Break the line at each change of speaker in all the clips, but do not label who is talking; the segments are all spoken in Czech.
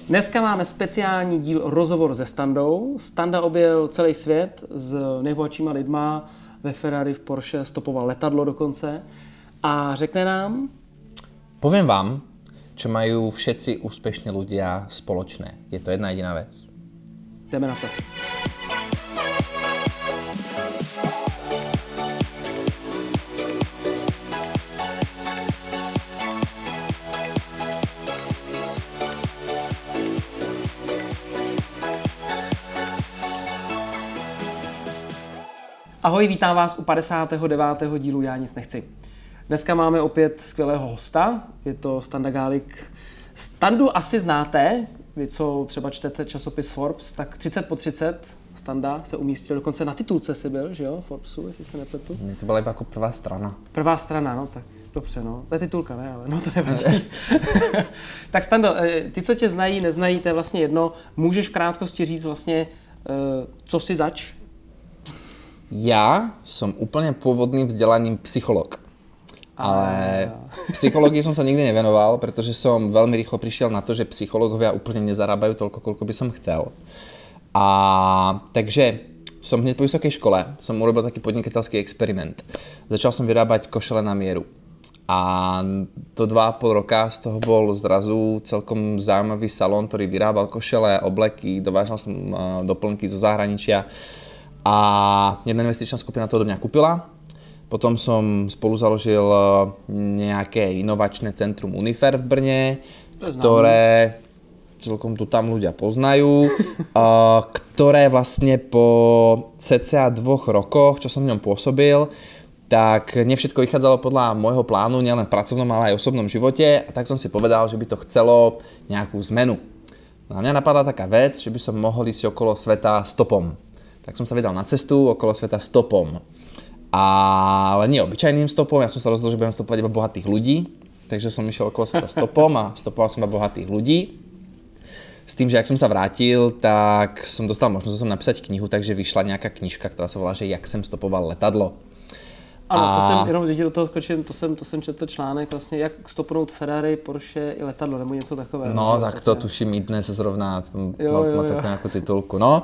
Dneska máme speciální díl rozhovor se Standou. Standa objel celý svět s nejbohatšíma lidma, ve Ferrari, v Porsche, stopoval letadlo dokonce a řekne nám...
Poviem vám, čo majú všetci úspešní ľudia spoločné. Je to jedna jediná vec.
Jdeme na to. Ahoj, vítám vás u 59. dílu Já nic nechci. Dneska máme opět skvělého hosta, je to Standa Gálik. Standu asi znáte, vy co třeba čtete časopis Forbes, tak 30 po 30 Standa se umístil, dokonce na titulce si byl, že jo, Forbesu, jestli se nepletu.
To byla iba jako prvá strana.
Prvá strana, no tak dobře, no. To je titulka, ne, ale no to nevadí. Tak Stando, ty, co tě znají, neznají, to je vlastně jedno. Můžeš v krátkosti říct vlastně, co si zač?
Ja som úplne pôvodným vzdelaním psychológ. Ale psychológii som sa nikdy nevenoval, pretože som veľmi rýchlo prišiel na to, že psychológovia úplne nezarábajú toľko, koľko by som chcel. A takže som hneď po vysokej škole som urobil taký podnikateľský experiment. Začal som vyrábať košele na mieru. A do 2,5 roka z toho bol zrazu celkom zaujímavý salón, ktorý vyrábal košele, obleky, dovážal som doplnky zo zahraničia. A jedna investičná skupina to do mňa kúpila. Potom som spolu založil nejaké inovačné centrum Unifer v Brne, ktoré celkom tu tam ľudia poznajú, ktoré vlastne po cca 2 rokoch, čo som v ňom pôsobil, tak nie všetko vychádzalo podľa môjho plánu, nielen v pracovnom, ale aj v osobnom živote. A tak som si povedal, že by to chcelo nejakú zmenu. No a mňa napadla taká vec, že by som mohol ísť okolo sveta stopom. Tak som sa vydal na cestu okolo sveta stopom. Ale nie obyčajným stopom, ja som sa rozhodol, že budem stopovať iba bohatých ľudí. Takže som išiel okolo sveta stopom a stopoval som iba bohatých ľudí. S tým, že ak som sa vrátil, tak som dostal možnosť napísať knihu, takže vyšla nejaká knižka, ktorá sa volá, že Jak jsem stopoval letadlo.
Ano, to jsem jenom, když do toho skočím, to jsem četl článek vlastně, jak stopnout Ferrari, Porsche i letadlo, nebo něco takového.
No, tak to tuším i dnes zrovna, má takovou nějakou titulku, no.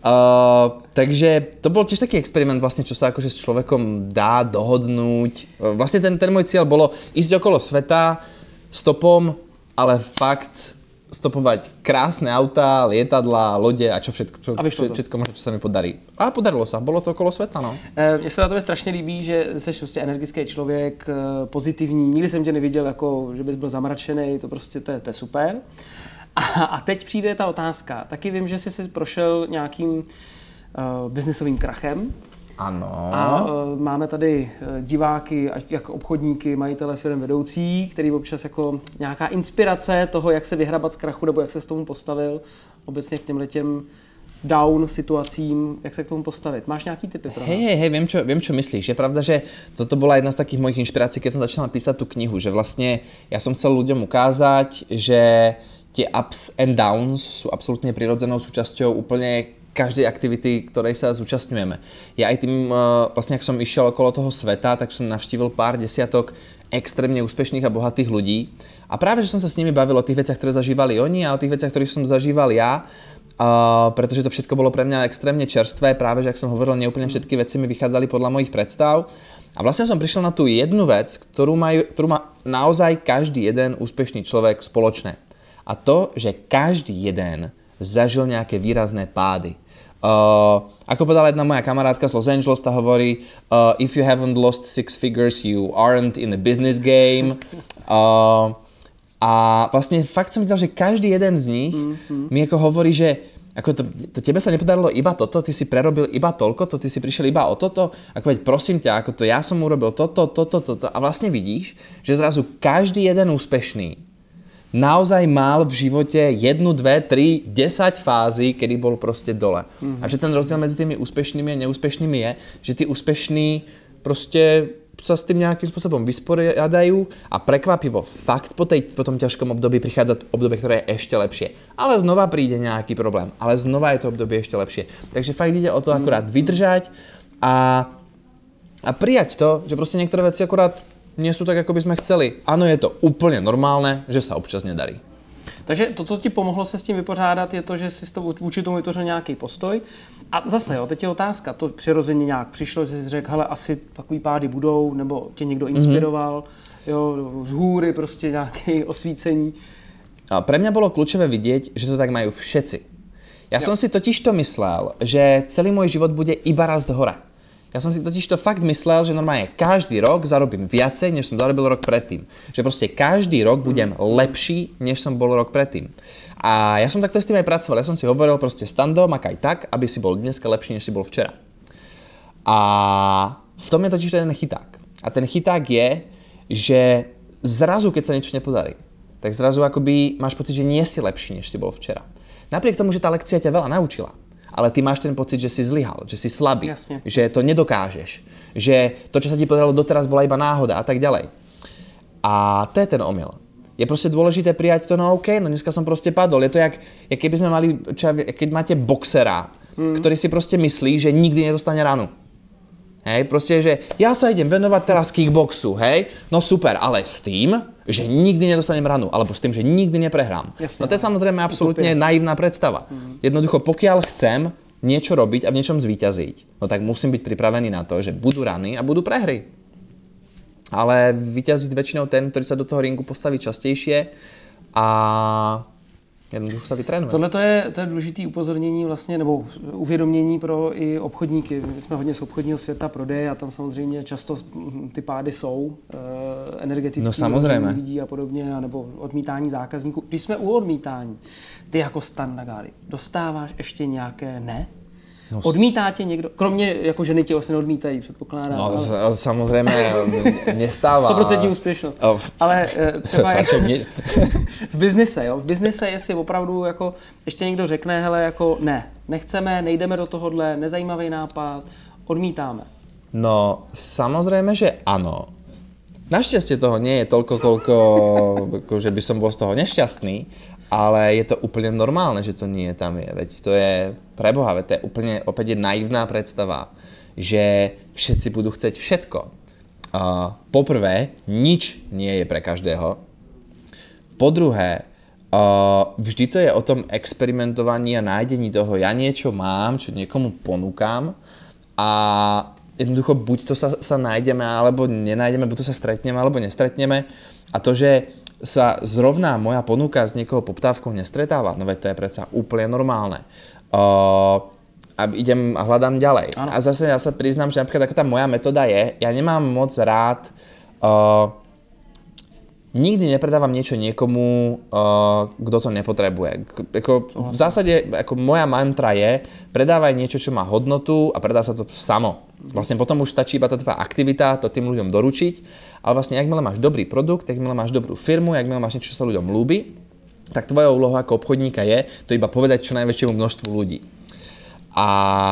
Takže to bol tiež taký experiment vlastne, čo sa akože s človekom dá dohodnúť. Vlastne ten môj cieľ bolo ísť okolo sveta stopom, ale fakt stopovať krásne autá, lietadla, lode a čo všetko možno, čo sa mi podarí. A podarilo sa, bolo to okolo sveta, no.
Mně se na tobě strašně líbí, že jsi prostě energický člověk, pozitivní, nikdy jsem tě neviděl, jako, že bys byl zamračený, to prostě to je super. A teď přijde ta otázka. Taky vím, že jsi si prošel nějakým biznisovým krachem.
Ano.
A máme tady diváky, jak obchodníky, majitele firm, vedoucí, který občas jako nějaká inspirace toho, jak se vyhrabat z krachu, nebo jak se s tomu postavil, obecně k těmhletěm down situacím, jak se k tomu postavit. Máš nějaký tipy pro nás?
Hej, viem, čo myslíš. Je pravda, že toto bola jedna z takých mojich inšpirácií, keď som začal písať tú knihu, že vlastne ja som chcel ľuďom ukázať, že tie ups and downs sú absolútne prirodzenou súčasťou úplne každej aktivity, ktorej sa zúčastňujeme. Ja aj tým, vlastne ak som išiel okolo toho sveta, tak som navštívil pár desiatok extrémne úspešných a bohatých ľudí. A práve, že som sa s nimi bavil o tých veciach, ktoré zažívali oni a o tých veciach, ktorých som zažíval ja, pretože to všetko bolo pre mňa extrémne čerstvé, práve, že ak som hovoril, neúplne všetky veci mi vychádzali podľa mojich predstav. A vlastne som prišiel na tú jednu vec, ktorú má naozaj každý jeden úspešný človek spoločné. A to, že každý jeden zažil nejaké výrazné pády. Ako povedala jedna moja kamarátka z Los Angeles, tá hovorí, if you haven't lost 6 figures, you aren't in a business game. A vlastne fakt som videl, že každý jeden z nich mi ako hovorí, že ako to tebe sa nepodarilo iba toto, ty si prerobil iba toľko, ty si prišiel iba o toto, ako veď prosím ťa, ako to ja som urobil toto. A vlastne vidíš, že zrazu každý jeden úspešný naozaj mal v živote 1, 2, 3, 10 fází, kedy bol proste dole. A že ten rozdiel medzi tými úspešnými a neúspešnými je, že tí úspešní proste sa s tým nejakým spôsobom vysporiadajú a prekvapivo fakt po tom ťažkom období prichádza obdobie, ktoré je ešte lepšie. Ale znova príde nejaký problém, ale znova je to obdobie ešte lepšie. Takže fakt ide o to akurát vydržať a prijať to, že proste niektoré veci akurát nie sú tak, ako by sme chceli. Áno, je to úplne normálne, že sa občas nedarí.
Takže to, co ti pomohlo se s tím vypořádat, je to, že jsi to vůči tomu vytvořil nějaký postoj. A zase, jo, teď je otázka, to přirozeně nějak přišlo, že jsi řekl, hele, asi takový pády budou, nebo tě někdo inspiroval, jo, z hůry prostě nějaké osvícení.
A pre mňa bolo kľúčové vidieť, že to tak majú všetci. Ja som si totiž to myslel, že celý môj život bude iba rast hora. Ja som si totiž to fakt myslel, že normálne každý rok zarobím viacej, než som zarobil rok predtým. Že proste každý rok budem lepší, než som bol rok predtým. A ja som takto s tým aj pracoval. Ja som si hovoril proste Stando, makaj tak, aby si bol dneska lepší, než si bol včera. A v tom je totiž ten chyták. A ten chyták je, že zrazu, keď sa niečo nepodarí, tak zrazu akoby máš pocit, že nie si lepší, než si bol včera. Napriek tomu, že tá lekcia ťa veľa naučila, ale ty máš ten pocit, že si zlyhal, že si slabý, že to nedokážeš, že to, čo sa ti podarilo doteraz, bola iba náhoda a tak ďalej. A to je ten omyl. Je proste dôležité prijať to, no OK, no dneska som proste padol. Je to jak keby sme mali, keď máte boxera, ktorý si proste myslí, že nikdy nedostane ranu. Hej, proste, že ja sa idem venovať teraz kickboxu, hej, no super, ale s tým, že nikdy nedostanem ranu, alebo s tým, že nikdy neprehrám.
Jasne,
no to je samozrejme absolútne naivná predstava. Jednoducho, pokiaľ chcem niečo robiť a v niečom zvíťaziť, no tak musím byť pripravený na to, že budú rany a budú prehry. Ale vyťazí väčšinou ten, ktorý sa do toho ringu postaví častejšie a jednoducho sa vytrénuje.
Tohle to je důležité upozornění vlastně, nebo uvědomění pro i obchodníky. My jsme hodně z obchodního světa, prodeje a tam samozřejmě často ty pády jsou energetické lidí a podobně, nebo odmítání zákazníků. Když jsme u odmítání, ty jako Standa Gály, dostáváš ještě nějaké ne? No, odmítá tě někdo? Kromě jako ženy tě vlastně neodmítají, předpokládám.
No ale... samozřejmě nestává.
100% úspěšnost. Ale třeba jako v biznise, jo? V biznise, jestli opravdu jako ještě někdo řekne, hele, jako ne, nechceme, nejdeme do tohohle, nezajímavý nápad, odmítáme.
No, samozřejmě, že ano. Našťastie toho nie je toľko, koľko, že by som bol z toho nešťastný, ale je to úplne normálne, že to nie tam je. Veď to je preboha, veď to je úplne opäť naivná predstava, že všetci budú chceť všetko. Poprvé, nič nie je pre každého. Po druhé, vždy to je o tom experimentovaní a nájdení toho, ja niečo mám, čo niekomu ponúkam a jednoducho buď to sa nájdeme, alebo nenájdeme, buď to sa stretneme, alebo nestretneme. A to, že sa zrovna moja ponuka s niekoho poptávkou nestretáva, no veď to je predsa úplne normálne. A idem a hľadám ďalej. Ano. A zase ja sa priznám, že napríklad ako tá moja metóda je, ja nemám moc rád, nikdy nepredávam niečo niekomu, kto to nepotrebuje. V zásade ako moja mantra je, predávaj niečo, čo má hodnotu a predá sa to samo. Vlastne potom už stačí iba tá tvoja aktivita, to tým ľuďom doručiť, ale vlastne jakmile máš dobrý produkt, jakmile máš dobrú firmu, jakmile máš niečo, čo sa ľuďom ľúbi, tak tvoja úloha ako obchodníka je to iba povedať čo najväčšiemu množstvu ľudí. A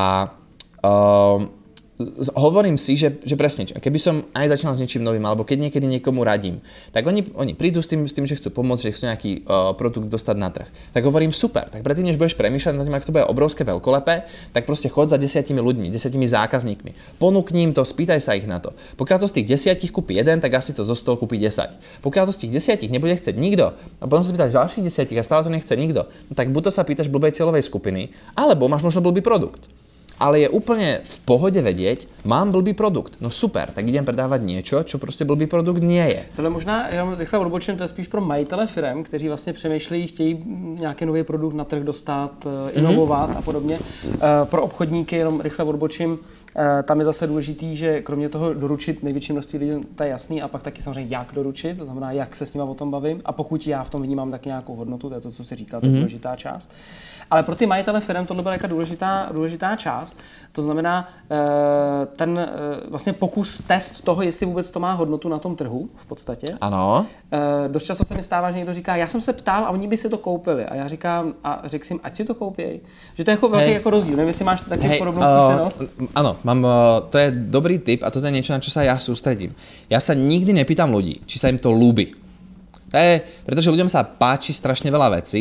hovorím si, že presne, keby som aj začal s niečím novým, alebo keď niekedy niekomu radím, tak oni prídu s tým, že chcú pomôcť, že chcú nejaký produkt dostať na trh. Tak hovorím super, tak predtým, než budeš premýšľať nad tým, ako to bude obrovské veľkolepé, tak proste chod za 10 ľuďmi, 10 zákazníkmi. Ponúkni im to, spýtaj sa ich na to. Pokiaľ to z tých 10 kúpi jeden, tak asi to zo 100 kúpi 10. Pokiaľ to z tých 10 nebude chcieť nikto, a potom sa spýtaš ďalších 10 a stále to nechce nikto, no tak buď to sa pýtaš blbej cieľovej skupiny, alebo máš možno blbý produkt. Ale je úplne v pohode vedieť, mám blbý produkt. No super, tak idem predávať niečo, čo prostě blbý produkt nie je.
Tohle možná, jenom rychle odbočím, to je spíš pro majitele firem, kteří vlastně přemýšlejí, chtějí nějaký nový produkt na trh dostat, inovovat a podobně. Pro obchodníky, jenom rychle odbočím, tam je zase důležitý, že kromě toho doručit největší množství lidí, to je jasný, a pak taky samozřejmě jak doručit, to znamená, jak se s nima o tom bavím, a pokud já v tom vnímám taky nějakou hodnotu, to je to, co si říkal, to je důležitá část. Ale pro ty majitele firem tohle byla důležitá část, to znamená ten vlastně pokus, test toho, jestli vůbec to má hodnotu na tom trhu v podstatě.
Ano.
Dost často se mi stává, že někdo říká, já jsem se ptal a oni by si to koupili. A já říkám, a řekl jsem, ať si to koupěj. Že to je jako velký jako rozdíl. Nevím, jestli máš taky podobnou zkušenost.
Áno, mám, to je dobrý tip a to je niečo, na čo sa ja sústredím. Ja sa nikdy nepýtam ľudí, či sa im to ľúbi. To je, pretože ľuďom sa páči strašne veľa vecí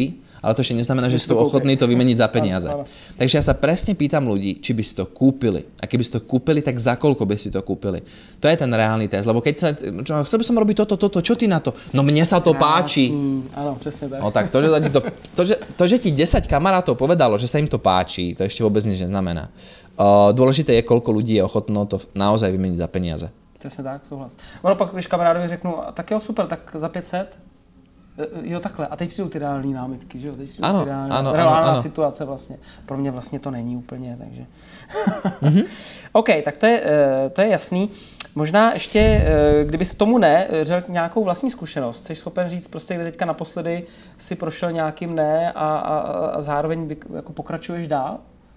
ale to ešte neznamená, že sú ochotní to vymeniť za peniaze.
Áno.
Takže ja sa presne pýtam ľudí, či by si to kúpili. A keby si to kúpili, tak za koľko by si to kúpili. To je ten reálny test, lebo keď sa, chcel by som robiť toto, čo ty na to? No mne sa to páči.
Áno, presne tak.
No tak to, že ti 10 kamarátov povedalo, že sa im to páči, to ešte vôbec nič neznamená. Dôležité je, koľko ľudí je ochotno to naozaj vymeniť za peniaze.
Přesně tak, souhlas. Ono pak, když kamarádovi řeknu, tak jo, super, tak za 500, jo, takhle. A teď přijdou ty reální námitky, že jo? Teď přijdou ty reálná situace vlastně. Pro mě vlastně to není úplně, takže... OK, tak to je jasný. Možná ještě, kdyby se tomu řekl nějakou vlastní zkušenost, jsi schopen říct prostě, kde teďka naposledy si prošel nějakým a zároveň jako pokračuješ dál?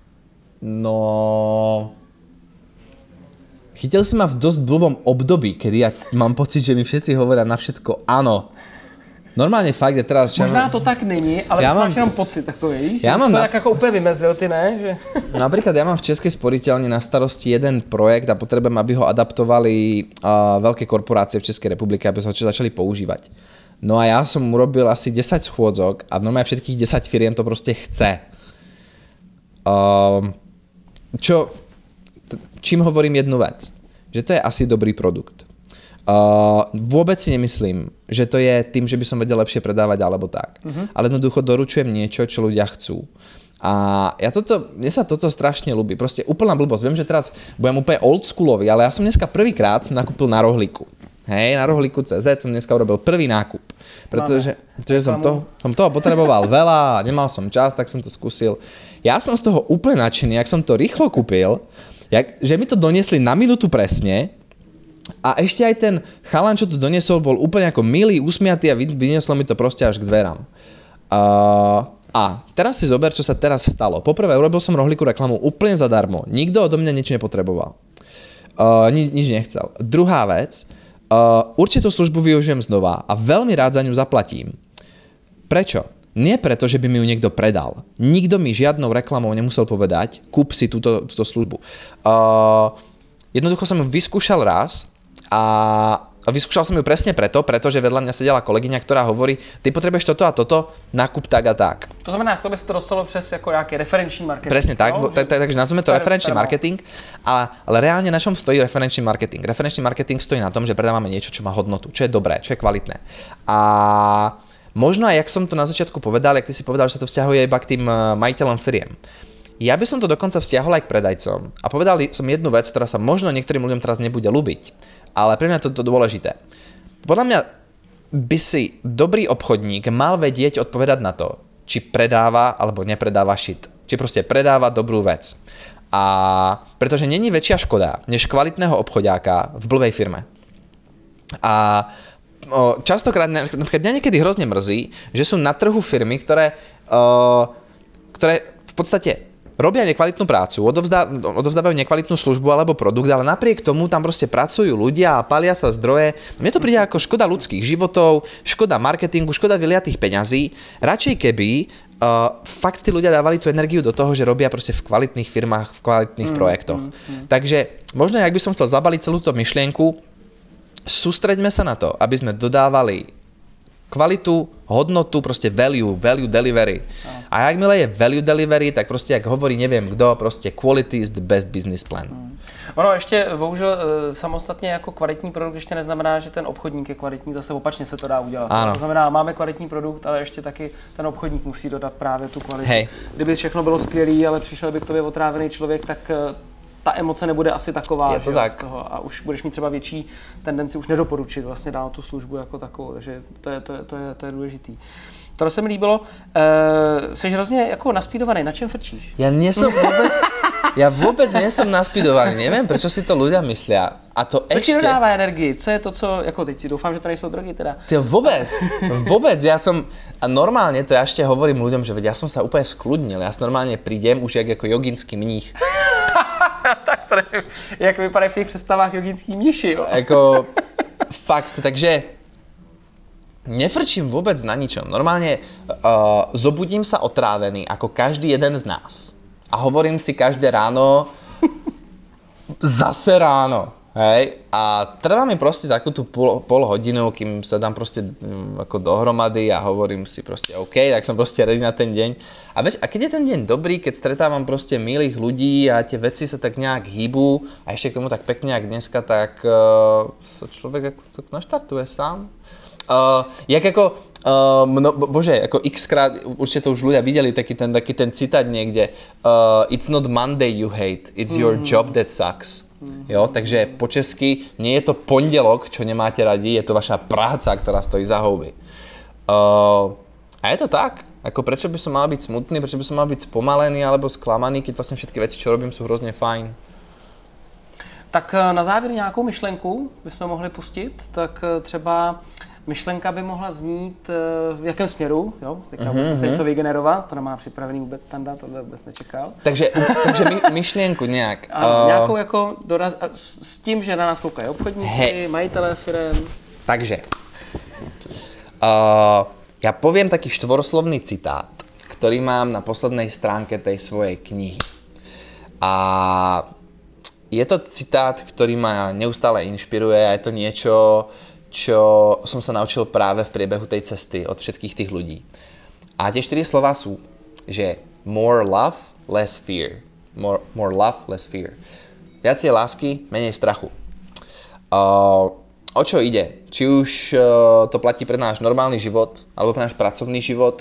No... Chytil si ma v dosť blbom období, kedy ja mám pocit, že mi všetci hovoria na všetko áno. Normálne fakt je teraz...
Možná to tak není, ale máš jenom pocit takový, víš? Ja to tak ako úplne vymezil, ty ne? Že...
Napríklad ja mám v Českej sporiteľni na starosti jeden projekt a potrebujem, aby ho adaptovali veľké korporácie v Českej republike, aby sa ho začali používať. No a ja som urobil asi 10 schôdzok a normálne všetkých 10 firiem to proste chce. Čím hovorím jednu vec? Že to je asi dobrý produkt. Vôbec si nemyslím, že to je tým, že by som vedel lepšie predávať alebo tak. Ale jednoducho doručujem niečo, čo ľudia chcú. A mne sa toto strašne ľúbi. Proste úplná blbosť. Viem, že teraz budem úplne oldschoolový, ale ja som dneska prvýkrát nakúpil na Rohlíku. Hej, na Rohlíku.cz som dneska urobil prvý nákup. Pretože som toho potreboval veľa a nemal som čas, tak som to skúsil. Ja som z toho úplne nadšený, jak som to rýchlo kúpil, že mi to doniesli na minútu presne a ešte aj ten chalan, čo to doniesol, bol úplne ako milý, usmiatý a vynieslo mi to proste až k dverám. A teraz si zober, čo sa teraz stalo. Poprvé, urobil som Rohlíku reklamu úplne zadarmo. Nikto odo mňa nič nepotreboval. Nič nechcel. Druhá vec, určitú službu využijem znova a veľmi rád za ňu zaplatím. Prečo? Nie preto, že by mi ju niekto predal. Nikto mi žiadnou reklamou nemusel povedať, kúp si túto službu. Jednoducho som ju vyskúšal raz a vyskúšal som ju presne pretože vedľa mňa sedela kolegyňa, ktorá hovorí, ty potrebuješ toto a toto, nakup tak a tak.
To znamená, to by sa to dostalo přes jako nejaký referenčný marketing.
Presne tak, takže nazveme to referenčný marketing, ale reálne na čom stojí referenčný marketing? Referenčný marketing stojí na tom, že predávame niečo, čo má hodnotu, čo je dobré, čo je kvalitné. A možno aj, jak som to na začiatku povedal, jak ty si povedal, že sa to vzťahuje iba k tým majiteľom firiem. Ja by som to dokonca vzťahol aj k predajcom. A povedal som jednu vec, ktorá sa možno niektorým ľuďom teraz nebude ľúbiť, ale pre mňa to je dôležité. Podľa mňa by si dobrý obchodník mal vedieť odpovedať na to, či predáva alebo nepredáva shit. Či proste predáva dobrú vec. A pretože není väčšia škoda, než kvalitného obchodiáka v blbej firme. A častokrát mňa niekedy hrozne mrzí, že sú na trhu firmy, ktoré v podstate robia nekvalitnú prácu, odovzdávajú nekvalitnú službu alebo produkt, ale napriek tomu tam proste pracujú ľudia a palia sa zdroje. Mne to príde ako škoda ľudských životov, škoda marketingu, škoda vyliatých peňazí. Radšej keby fakt tí ľudia dávali tú energiu do toho, že robia proste v kvalitných firmách, v kvalitných projektoch. Takže možno, jak by som chcel zabaliť celú tú myšlienku, sústreďme sa na to, aby sme dodávali kvalitu, hodnotu, proste value delivery. A jakmile je value delivery, tak proste, jak hovorí neviem kdo, proste quality is the best business plan.
Ono ještě bohužel samostatně jako kvalitní produkt ještě neznamená, že ten obchodník je kvalitní, zase opačně se to dá udělat.
Ano.
To znamená, máme kvalitní produkt, ale ještě taky ten obchodník musí dodat právě tu kvalitu.
Hej.
Kdyby všechno bylo skvělé, ale přišel by k tobě otrávený člověk, tak ta emoce nebude asi taková,
je to
že
tak.
Z toho, a už budeš mít třeba větší tendenci už nedoporučit vlastně dál tu službu jako takovou, takže to je důležitý. To se mi líbilo. Jsi hrozně jako naspídovaný, na čem frčíš?
Ja vôbec nie som naspídovaný, neviem, prečo si to ľudia myslia. A to
ešte... To ti dodává energii, co je to, co, jako teď doufám, že to nejsou drogy teda.
To vôbec, ja som, a normálne to ja ešte hovorím ľuďom, že veď ja som sa úplne skľudnil, ja normálne prídem už ako joginský mních.
Tak to neviem, jak vypadajú v tých představách joginský mniši, jo?
Ako, fakt, takže nefrčím vôbec na ničom. Normálne zobudím sa otrávený, ako každý jeden z nás. A hovorím si každé ráno, zase ráno. Hej, a trvá mi proste takú tú pol hodinu, kým sa dám proste ako dohromady a hovorím si proste OK, tak som proste ready na ten deň. A vieš, a keď je ten deň dobrý, keď stretávam proste milých ľudí a tie veci sa tak nejak hýbu a ešte k tomu tak pekne jak dneska, tak sa človek ako tak naštartuje sám. Bože, ako x-krát, určite to už ľudia videli, taký ten citát niekde. It's not Monday you hate, it's your job that sucks. Jo, takže po česky, nie je to pondelok, čo nemáte radi, je to vaša práca, ktorá stojí za houby. A je to tak, ako prečo by som mal byť smutný, prečo by som mal byť spomalený alebo sklamaný, keď vlastne všetky veci, čo robím, sú hrozně fajn.
Tak na závěr nějakou myšlenku bychom mohli pustit, tak třeba myšlenka by mohla znít v jakém směru, jo? Teďka můžeme se něco vygenerovat, to nemá připravený vůbec standard, tohle vůbec nečekal.
Takže myšlenku nějak.
Nějakou jako doraz, s tím, že na nás koukají obchodníci, majitelé firem.
Takže, ja poviem taký štvorslovný citát, ktorý mám na poslednej stránke tej svojej knihy. A je to citát, ktorý ma neustále inšpiruje a je to niečo, čo som sa naučil práve v priebehu tej cesty od všetkých tých ľudí. A tie 4 slova sú, že more love, less fear. More love, less fear. Viacej lásky, menej strachu. O čo ide? Či už to platí pre náš normálny život, alebo pre náš pracovný život.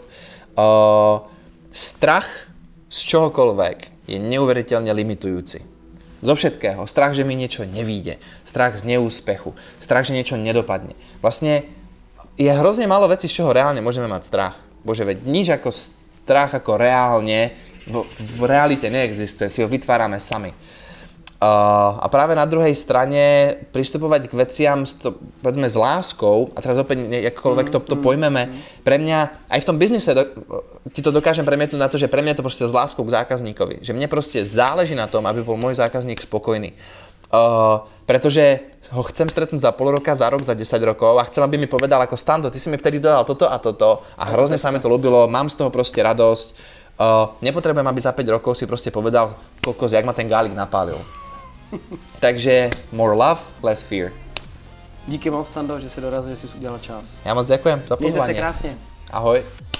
Strach z čohokoľvek je neuveriteľne limitujúci. Zo všetkého. Strach, že mi niečo nevíde. Strach z neúspechu. Strach, že niečo nedopadne. Vlastne je hrozne málo vecí, z čoho reálne môžeme mať strach. Bože, veď nič ako strach ako reálne v realite neexistuje. Si ho vytvárame sami. A práve na druhej strane pristupovať k veciam povedzme s láskou, a teraz opäť jakkoľvek to pojmeme, pre mňa aj v tom biznise ti to dokážem premietnúť na to, že pre mňa to proste s láskou k zákazníkovi. Že mne proste záleží na tom, aby bol môj zákazník spokojný. Pretože ho chcem stretnúť za pol roka, za rok, za 10 rokov a chcem, aby mi povedal ako Stando, ty si mi vtedy dodal toto a toto a hrozne sa mi to ľúbilo, mám z toho proste radosť. Nepotrebujem, aby za 5 rokov si proste povedal, kokos, jak ma ten gálik napálil. Takže more love, less fear.
Díky moc, Stando, že jsi dorazil, že jsi udělal čas.
Já moc děkujem za pozvání.
Mějte se krásně.
Ahoj.